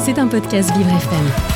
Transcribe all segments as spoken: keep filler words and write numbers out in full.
C'est un podcast Vivre F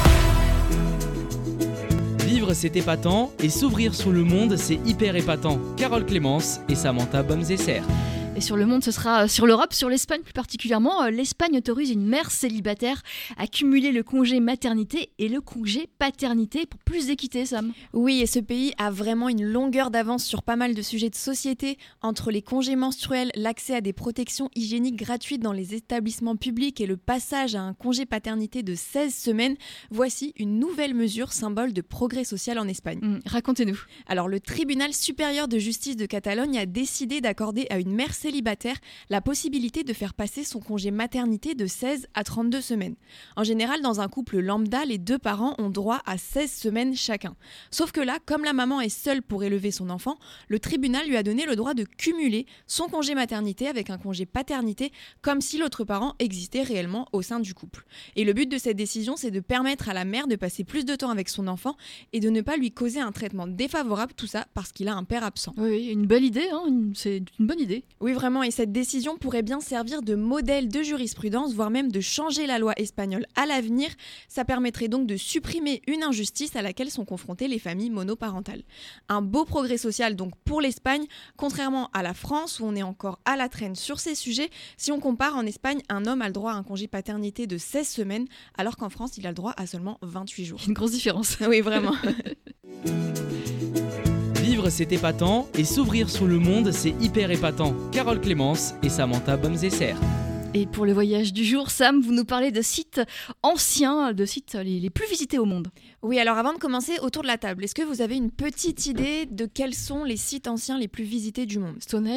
M. Vivre, c'est épatant, et s'ouvrir sur le monde, c'est hyper épatant. Carole Clémence et Samantha Bomzesser. Et sur le monde, ce sera sur l'Europe, sur l'Espagne plus particulièrement. L'Espagne autorise une mère célibataire à cumuler le congé maternité et le congé paternité pour plus d'équité, Sam. Oui, et ce pays a vraiment une longueur d'avance sur pas mal de sujets de société, entre les congés menstruels, l'accès à des protections hygiéniques gratuites dans les établissements publics et le passage à un congé paternité de seize semaines. Voici une nouvelle mesure symbole de progrès social en Espagne. Mmh, racontez-nous. Alors, le tribunal supérieur de justice de Catalogne a décidé d'accorder à une mère célibataire la possibilité de faire passer son congé maternité de seize à trente-deux semaines. En général, dans un couple lambda, les deux parents ont droit à seize semaines chacun. Sauf que là, comme la maman est seule pour élever son enfant, le tribunal lui a donné le droit de cumuler son congé maternité avec un congé paternité, comme si l'autre parent existait réellement au sein du couple. Et le but de cette décision, c'est de permettre à la mère de passer plus de temps avec son enfant et de ne pas lui causer un traitement défavorable, tout ça parce qu'il a un père absent. Oui, une belle idée, hein, une, c'est une bonne idée. Oui, vraiment, et cette décision pourrait bien servir de modèle de jurisprudence, voire même de changer la loi espagnole à l'avenir. Ça permettrait donc de supprimer une injustice à laquelle sont confrontées les familles monoparentales. Un beau progrès social donc pour l'Espagne, contrairement à la France où on est encore à la traîne sur ces sujets. Si on compare, en Espagne, un homme a le droit à un congé paternité de seize semaines, alors qu'en France, il a le droit à seulement vingt-huit jours. Une grosse différence. Oui, vraiment. Vivre, c'est épatant, et s'ouvrir sur le monde, c'est hyper épatant. Carole Clémence et Samantha Bomzesser. Et pour le voyage du jour, Sam, vous nous parlez de sites anciens, de sites les, les plus visités au monde. Oui, alors avant de commencer, autour de la table, est-ce que vous avez une petite idée de quels sont les sites anciens les plus visités du monde ? Stonehenge ?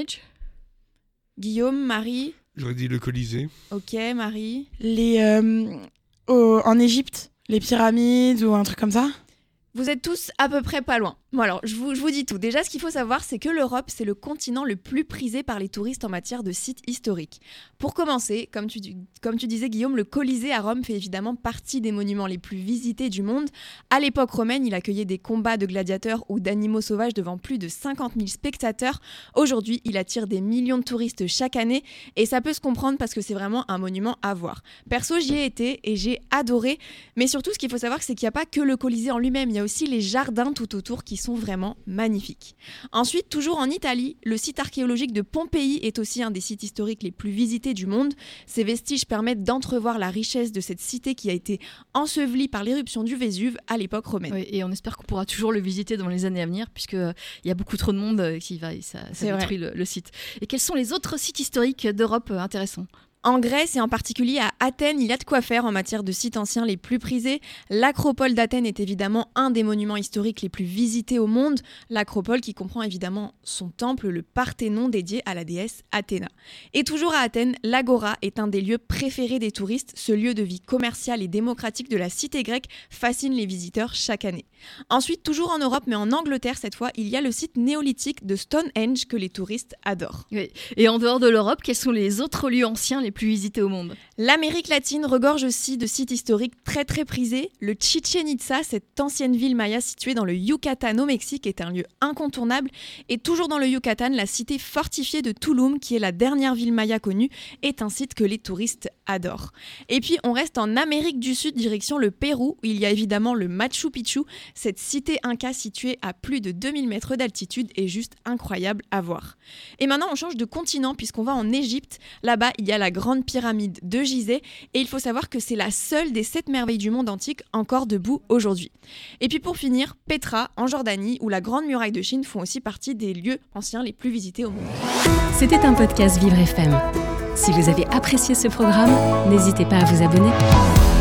Guillaume, Marie ? J'aurais dit le Colisée. Ok, Marie ? Les euh, au- en Égypte, les pyramides ou un truc comme ça. Vous êtes tous à peu près pas loin. Bon alors, je vous, je vous dis tout. Déjà, ce qu'il faut savoir, c'est que l'Europe, c'est le continent le plus prisé par les touristes en matière de sites historiques. Pour commencer, comme tu, comme tu disais Guillaume, le Colisée à Rome fait évidemment partie des monuments les plus visités du monde. À l'époque romaine, il accueillait des combats de gladiateurs ou d'animaux sauvages devant plus de cinquante mille spectateurs. Aujourd'hui, il attire des millions de touristes chaque année et ça peut se comprendre parce que c'est vraiment un monument à voir. Perso, j'y ai été et j'ai adoré. Mais surtout, ce qu'il faut savoir, c'est qu'il n'y a pas que le Colisée en lui-même, il y a aussi les jardins tout autour qui sont vraiment magnifiques. Ensuite, toujours en Italie, le site archéologique de Pompéi est aussi un des sites historiques les plus visités du monde. Ces vestiges permettent d'entrevoir la richesse de cette cité qui a été ensevelie par l'éruption du Vésuve à l'époque romaine. Oui, et on espère qu'on pourra toujours le visiter dans les années à venir, puisqu'il y a beaucoup trop de monde qui va et ça, ça détruit le, le site. Et quels sont les autres sites historiques d'Europe intéressants ? En Grèce et en particulier à Athènes, il y a de quoi faire en matière de sites anciens les plus prisés. L'Acropole d'Athènes est évidemment un des monuments historiques les plus visités au monde. L'Acropole qui comprend évidemment son temple, le Parthénon dédié à la déesse Athéna. Et toujours à Athènes, l'Agora est un des lieux préférés des touristes. Ce lieu de vie commerciale et démocratique de la cité grecque fascine les visiteurs chaque année. Ensuite, toujours en Europe, mais en Angleterre cette fois, il y a le site néolithique de Stonehenge que les touristes adorent. Oui. Et en dehors de l'Europe, quels sont les autres lieux anciens les plus visités au monde ? L'Amérique latine regorge aussi de sites historiques très très prisés. Le Chichén Itzá, cette ancienne ville maya située dans le Yucatan au Mexique, est un lieu incontournable. Et toujours dans le Yucatan, la cité fortifiée de Tulum, qui est la dernière ville maya connue, est un site que les touristes adorent. Et puis on reste en Amérique du Sud, direction le Pérou, où il y a évidemment le Machu Picchu. Cette cité inca située à plus de deux mille mètres d'altitude est juste incroyable à voir. Et maintenant on change de continent puisqu'on va en Égypte. Là-bas, il y a la grande pyramide de Gizeh et il faut savoir que c'est la seule des sept merveilles du monde antique encore debout aujourd'hui. Et puis pour finir, Petra en Jordanie où la grande muraille de Chine font aussi partie des lieux anciens les plus visités au monde. C'était un podcast Vivre F M. Si vous avez apprécié ce programme, n'hésitez pas à vous abonner.